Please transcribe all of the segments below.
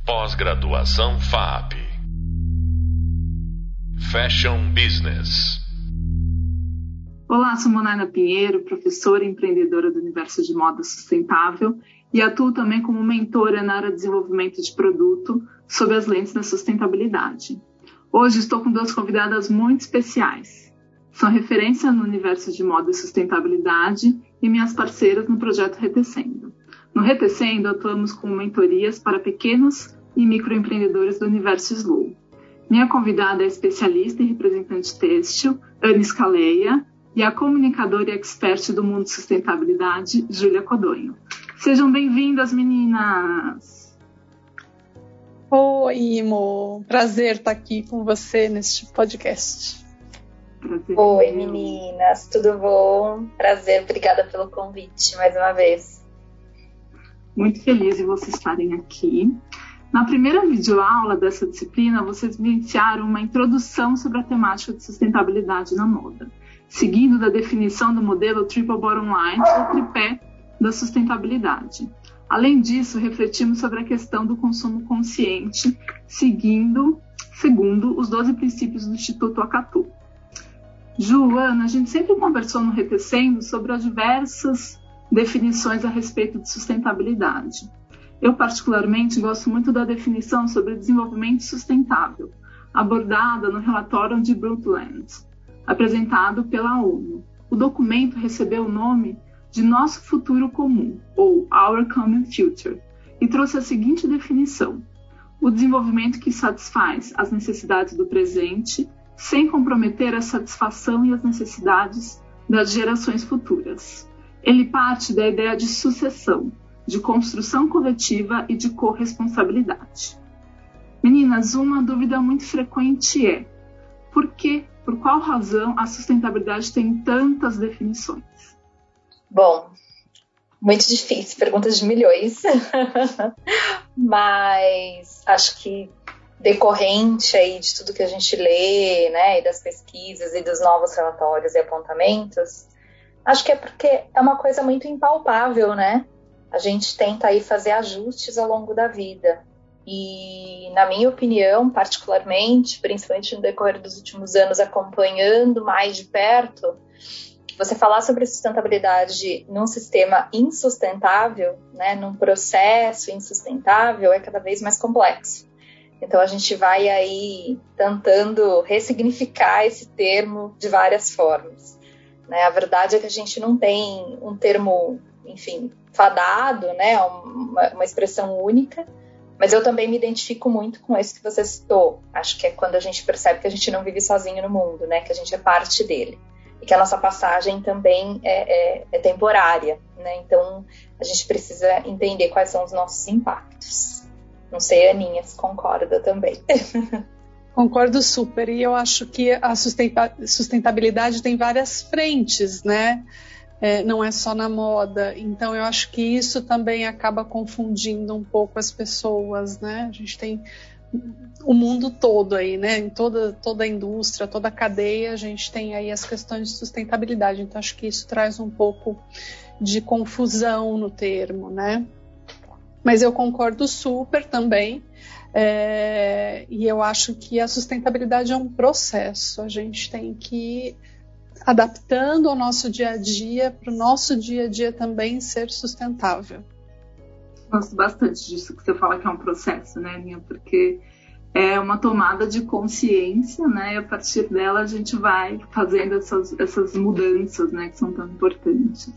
Pós-graduação FAP. Fashion Business. Olá, sou Monaina Pinheiro, professora e empreendedora do universo de moda sustentável e atuo também como mentora na área de desenvolvimento de produto sob as lentes da sustentabilidade. Hoje estou com duas convidadas muito especiais. São referência no universo de moda e sustentabilidade e minhas parceiras no projeto Retecendo. No Retecendo, atuamos com mentorias para pequenos e microempreendedores do universo Slow. Minha convidada é especialista e representante têxtil, Ana Scaleia, e a comunicadora e expert do mundo de sustentabilidade, Júlia Codonho. Sejam bem-vindas, meninas! Oi, Mo. Prazer estar aqui com você neste podcast. Prazer. Oi, meninas. Tudo bom? Prazer. Obrigada pelo convite mais uma vez. Muito feliz de vocês estarem aqui. Na primeira videoaula dessa disciplina, vocês vivenciaram uma introdução sobre a temática de sustentabilidade na moda, seguindo da definição do modelo Triple Bottom Line, ou tripé da sustentabilidade. Além disso, refletimos sobre a questão do consumo consciente, segundo os 12 princípios do Instituto Acatu. Ju, Ana, a gente sempre conversou no Retecendo sobre as diversas definições a respeito de sustentabilidade. Eu, particularmente, gosto muito da definição sobre desenvolvimento sustentável, abordada no relatório de Brundtland, apresentado pela ONU. O documento recebeu o nome de Nosso Futuro Comum, ou Our Common Future, e trouxe a seguinte definição: o desenvolvimento que satisfaz as necessidades do presente, sem comprometer a satisfação e as necessidades das gerações futuras. Ele parte da ideia de sucessão, de construção coletiva e de corresponsabilidade. Meninas, uma dúvida muito frequente é: por qual razão a sustentabilidade tem tantas definições? Bom, muito difícil, perguntas de milhões, mas acho que decorrente aí de tudo que a gente lê, né, e das pesquisas e dos novos relatórios e apontamentos, acho que é porque é uma coisa muito impalpável, né? A gente tenta aí fazer ajustes ao longo da vida. E, na minha opinião, particularmente, principalmente no decorrer dos últimos anos, acompanhando mais de perto, você falar sobre sustentabilidade num sistema insustentável, né, num processo insustentável, é cada vez mais complexo. Então, a gente vai aí tentando ressignificar esse termo de várias formas. Né? A verdade é que a gente não tem um termo, enfim, fadado, né, uma expressão única, mas eu também me identifico muito com isso que você citou. Acho que é quando a gente percebe que a gente não vive sozinho no mundo, né, que a gente é parte dele, e que a nossa passagem também é temporária, né, então a gente precisa entender quais são os nossos impactos. Não sei, Aninha, se concorda também. Concordo super, e eu acho que a sustentabilidade tem várias frentes, né? Não é só na moda, então eu acho que isso também acaba confundindo um pouco as pessoas, né? A gente tem o mundo todo aí, né? Em toda a indústria, toda a cadeia, a gente tem aí as questões de sustentabilidade, então acho que isso traz um pouco de confusão no termo, né? Mas eu concordo super também, e eu acho que a sustentabilidade é um processo, a gente tem que ir adaptando ao nosso dia a dia, para o nosso dia a dia também ser sustentável. Gosto bastante disso que você fala que é um processo, né, Aninha? Porque é uma tomada de consciência, né, e a partir dela a gente vai fazendo essas mudanças, né, que são tão importantes.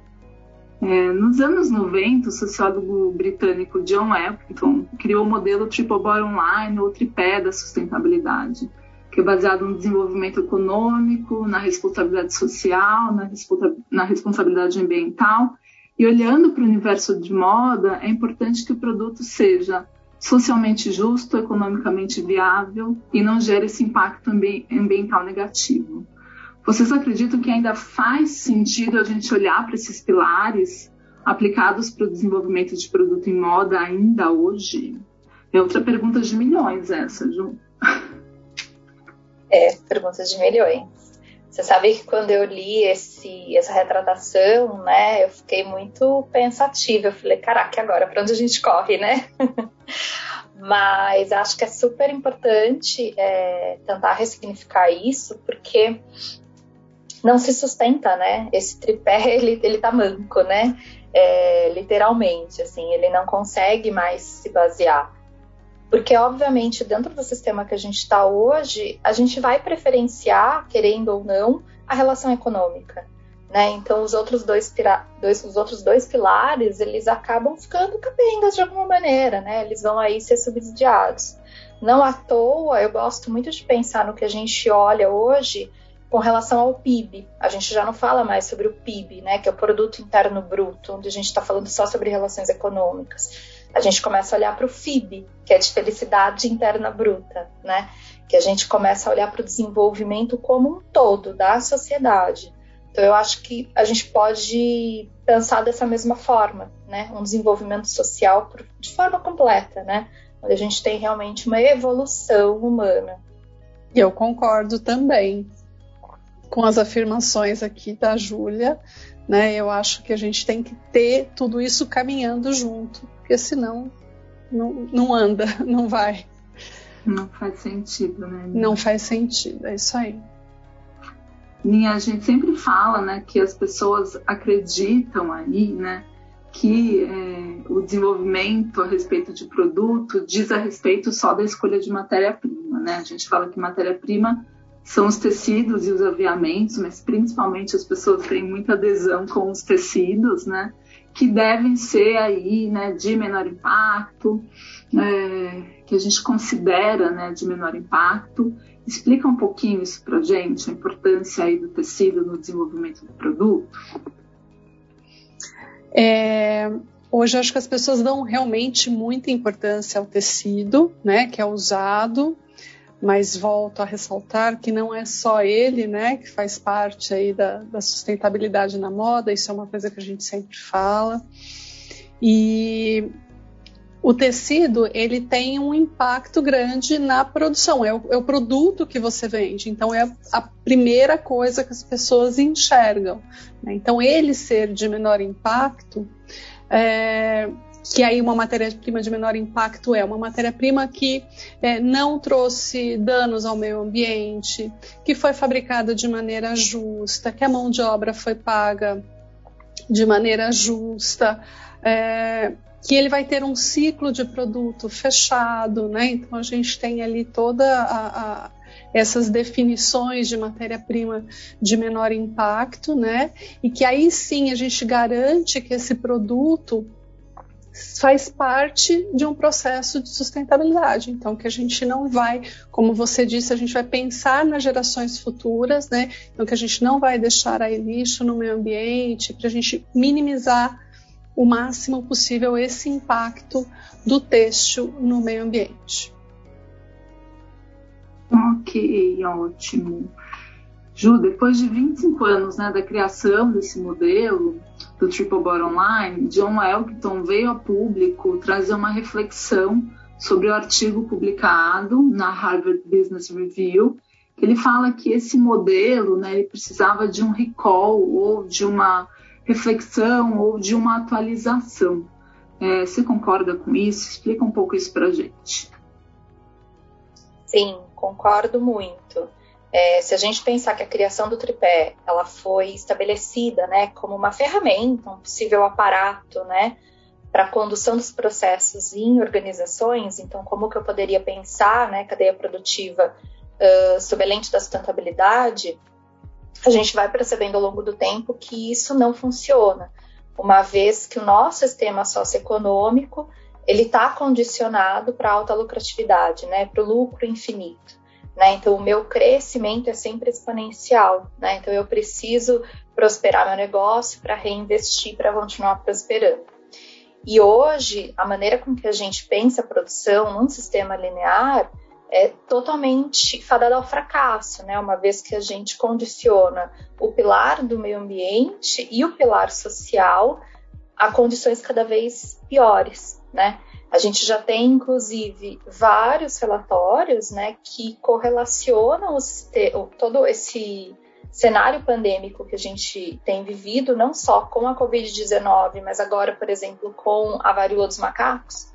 Nos anos 90, o sociólogo britânico John Elkington criou o modelo Triple Bottom Line, ou tripé da sustentabilidade, que é baseado no desenvolvimento econômico, na responsabilidade social, na responsabilidade ambiental. E olhando para o universo de moda, é importante que o produto seja socialmente justo, economicamente viável e não gere esse impacto ambiental negativo. Vocês acreditam que ainda faz sentido a gente olhar para esses pilares aplicados para o desenvolvimento de produto em moda ainda hoje? É outra pergunta de milhões essa, Ju. Perguntas de milhões. Você sabe que quando eu li essa retratação, né, eu fiquei muito pensativa. Eu falei, caraca, agora para onde a gente corre, né? Mas acho que é super importante tentar ressignificar isso, porque não se sustenta, né? Esse tripé, ele tá manco, né? Literalmente, assim, ele não consegue mais se basear. Porque, obviamente, dentro do sistema que a gente está hoje, a gente vai preferenciar, querendo ou não, a relação econômica, né? Então, os outros dois pilares, eles acabam ficando capengas de alguma maneira, né? Eles vão aí ser subsidiados. Não à toa, eu gosto muito de pensar no que a gente olha hoje com relação ao PIB. A gente já não fala mais sobre o PIB, né? Que é o Produto Interno Bruto, onde a gente está falando só sobre relações econômicas. A gente começa a olhar para o FIB, que é de Felicidade Interna Bruta, né? Que a gente começa a olhar para o desenvolvimento como um todo da sociedade. Então, eu acho que a gente pode pensar dessa mesma forma, né? Um desenvolvimento social de forma completa, né? Onde a gente tem realmente uma evolução humana. E eu concordo também com as afirmações aqui da Júlia, né? Eu acho que a gente tem que ter tudo isso caminhando junto, porque senão não anda, não vai. Não faz sentido, né? Não faz sentido, é isso aí. A gente sempre fala, né, que as pessoas acreditam aí, né, que o desenvolvimento a respeito de produto diz a respeito só da escolha de matéria-prima, né? A gente fala que matéria-prima são os tecidos e os aviamentos, mas principalmente as pessoas têm muita adesão com os tecidos, né, que devem ser aí, né, de menor impacto, que a gente considera, né, de menor impacto. Explica um pouquinho isso para a gente, a importância aí do tecido no desenvolvimento do produto. Hoje acho que as pessoas dão realmente muita importância ao tecido, né, que é usado, mas volto a ressaltar que não é só ele, né, que faz parte aí da sustentabilidade na moda, isso é uma coisa que a gente sempre fala. E o tecido, ele tem um impacto grande na produção, é o produto que você vende, então é a primeira coisa que as pessoas enxergam, né? Então ele ser de menor impacto, que aí uma matéria-prima de menor impacto é uma matéria-prima que não trouxe danos ao meio ambiente, que foi fabricada de maneira justa, que a mão de obra foi paga de maneira justa, que ele vai ter um ciclo de produto fechado, né? Então a gente tem ali toda essas definições de matéria-prima de menor impacto, né? E que aí sim a gente garante que esse produto faz parte de um processo de sustentabilidade, então que a gente não vai, como você disse, a gente vai pensar nas gerações futuras, né? Então que a gente não vai deixar aí lixo no meio ambiente, para a gente minimizar o máximo possível esse impacto do têxtil no meio ambiente. Ok, ótimo. Ju, depois de 25 anos, né, da criação desse modelo do Triple Bottom Line, John Elkington veio a público trazer uma reflexão sobre o artigo publicado na Harvard Business Review. Ele fala que esse modelo, né, ele precisava de um recall ou de uma reflexão ou de uma atualização. Você concorda com isso? Explica um pouco isso para a gente. Sim, concordo muito. Se a gente pensar que a criação do tripé ela foi estabelecida, né, como uma ferramenta, um possível aparato, né, para a condução dos processos em organizações, então como que eu poderia pensar, né, cadeia produtiva sob a lente da sustentabilidade, a gente vai percebendo ao longo do tempo que isso não funciona, uma vez que o nosso sistema socioeconômico ele está condicionado para a alta lucratividade, né, para o lucro infinito. Né? Então, o meu crescimento é sempre exponencial. Né? Então, eu preciso prosperar meu negócio para reinvestir, para continuar prosperando. E hoje, a maneira com que a gente pensa a produção num sistema linear é totalmente fadada ao fracasso, né? Uma vez que a gente condiciona o pilar do meio ambiente e o pilar social a condições cada vez piores, né? A gente já tem, inclusive, vários relatórios, né, que correlacionam todo esse cenário pandêmico que a gente tem vivido, não só com a Covid-19, mas agora, por exemplo, com a varíola dos macacos,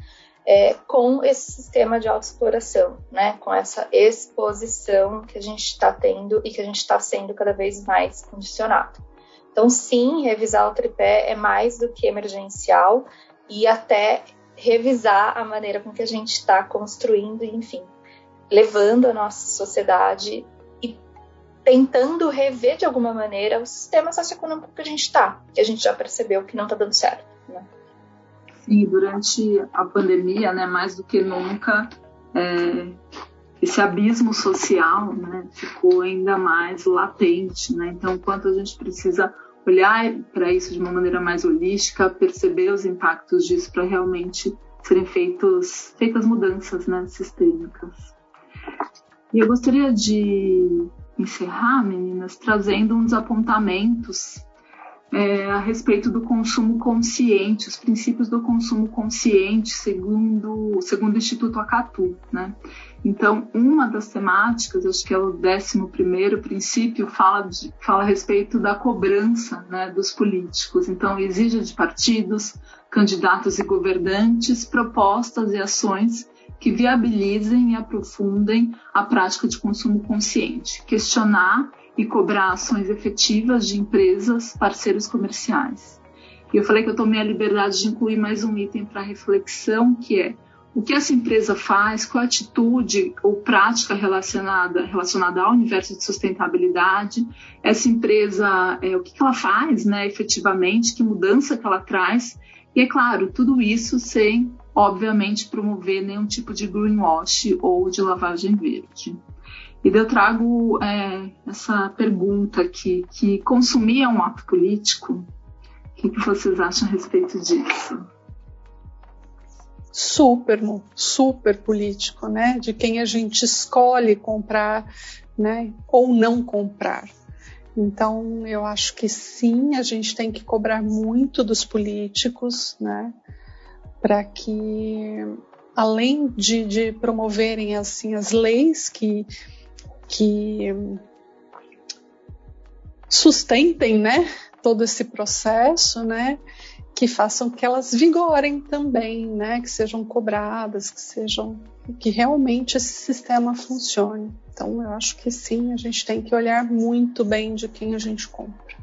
com esse sistema de autoexploração, né? Com essa exposição que a gente está tendo e que a gente está sendo cada vez mais condicionado. Então, sim, revisar o tripé é mais do que emergencial e até revisar a maneira com que a gente está construindo, enfim, levando a nossa sociedade e tentando rever de alguma maneira o sistema socioeconômico que a gente está, que a gente já percebeu que não está dando certo, né? Sim, durante a pandemia, né, mais do que nunca, esse abismo social, né, ficou ainda mais latente, né? Então, quanto a gente precisa olhar para isso de uma maneira mais holística, perceber os impactos disso para realmente serem feitas mudanças, né, sistêmicas. E eu gostaria de encerrar, meninas, trazendo uns apontamentos a respeito do consumo consciente, os princípios do consumo consciente, segundo o Instituto Acatu, né? Então, uma das temáticas, acho que é o 11º princípio, fala a respeito da cobrança, né, dos políticos. Então, exige de partidos, candidatos e governantes propostas e ações que viabilizem e aprofundem a prática de consumo consciente, questionar e cobrar ações efetivas de empresas, parceiros comerciais. E eu falei que eu tomei a liberdade de incluir mais um item para reflexão, que é o que essa empresa faz, qual atitude ou prática relacionada ao universo de sustentabilidade, essa empresa, o que ela faz, né, efetivamente, que mudança que ela traz, e é claro, tudo isso sem, obviamente, promover nenhum tipo de greenwash ou de lavagem verde. E daí eu trago essa pergunta aqui, que consumir é um ato político? O que vocês acham a respeito disso? Super político, né? De quem a gente escolhe comprar, né? Ou não comprar. Então, eu acho que sim, a gente tem que cobrar muito dos políticos, né? Para que, além de promoverem assim, as leis que sustentem, né, todo esse processo, né, que façam que elas vigorem também, né, que sejam cobradas, que realmente esse sistema funcione. Então, eu acho que sim, a gente tem que olhar muito bem de quem a gente compra.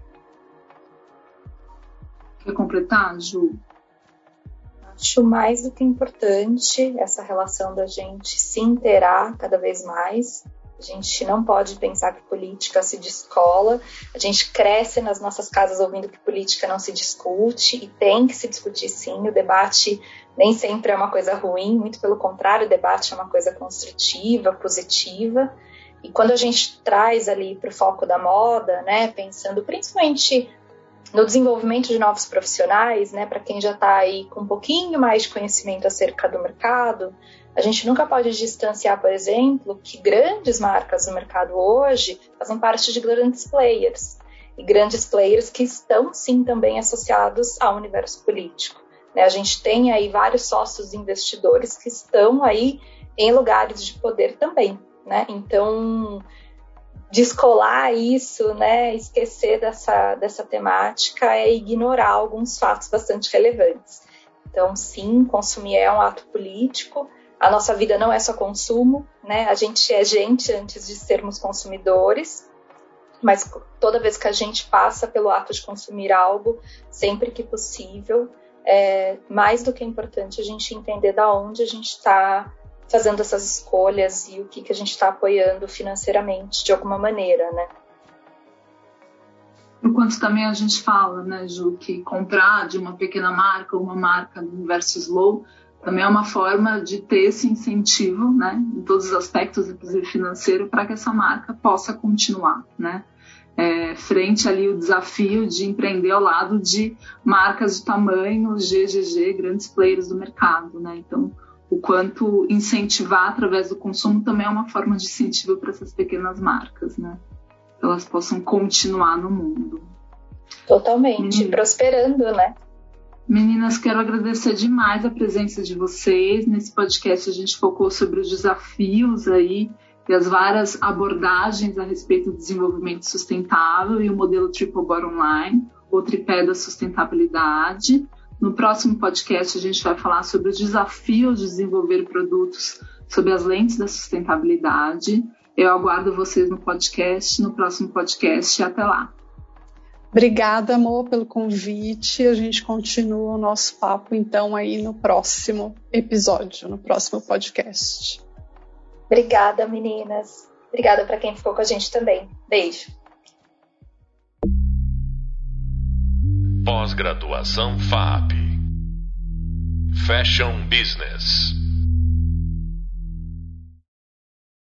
Quer completar, Ju? Acho mais do que importante essa relação da gente se inteirar cada vez mais. A gente não pode pensar que política se descola. A gente cresce nas nossas casas ouvindo que política não se discute, e tem que se discutir sim. O debate nem sempre é uma coisa ruim, muito pelo contrário, o debate é uma coisa construtiva, positiva. E quando a gente traz ali para o foco da moda, né, pensando principalmente no desenvolvimento de novos profissionais, né, para quem já está aí com um pouquinho mais de conhecimento acerca do mercado, a gente nunca pode distanciar, por exemplo, que grandes marcas no mercado hoje fazem parte de grandes players. E grandes players que estão, sim, também associados ao universo político. Né? A gente tem aí vários sócios investidores que estão aí em lugares de poder também. Né? Então, descolar isso, né, esquecer dessa temática é ignorar alguns fatos bastante relevantes. Então, sim, consumir é um ato político. A nossa vida não é só consumo, né? A gente é gente antes de sermos consumidores, mas toda vez que a gente passa pelo ato de consumir algo, sempre que possível, é mais do que importante a gente entender da onde a gente está fazendo essas escolhas e o que a gente está apoiando financeiramente de alguma maneira, né? Enquanto também a gente fala, né, Ju, que comprar de uma pequena marca ou uma marca do universo slow também é uma forma de ter esse incentivo, né, em todos os aspectos, inclusive financeiro, para que essa marca possa continuar, né, frente ali o desafio de empreender ao lado de marcas de tamanho GGG, grandes players do mercado, né, então o quanto incentivar através do consumo também é uma forma de incentivo para essas pequenas marcas, né, que elas possam continuar no mundo. Totalmente, prosperando, né. Meninas, quero agradecer demais a presença de vocês. Nesse podcast a gente focou sobre os desafios aí e as várias abordagens a respeito do desenvolvimento sustentável e o modelo Triple Bottom Line, o tripé da sustentabilidade. A No próximo podcast, a gente vai falar sobre o desafio de desenvolver produtos sob as lentes da sustentabilidade. Eu aguardo vocês no próximo podcast, e até lá. Obrigada, amor, pelo convite. A gente continua o nosso papo, então, aí no próximo episódio, no próximo podcast. Obrigada, meninas. Obrigada para quem ficou com a gente também. Beijo. Pós-graduação FAP. Fashion Business.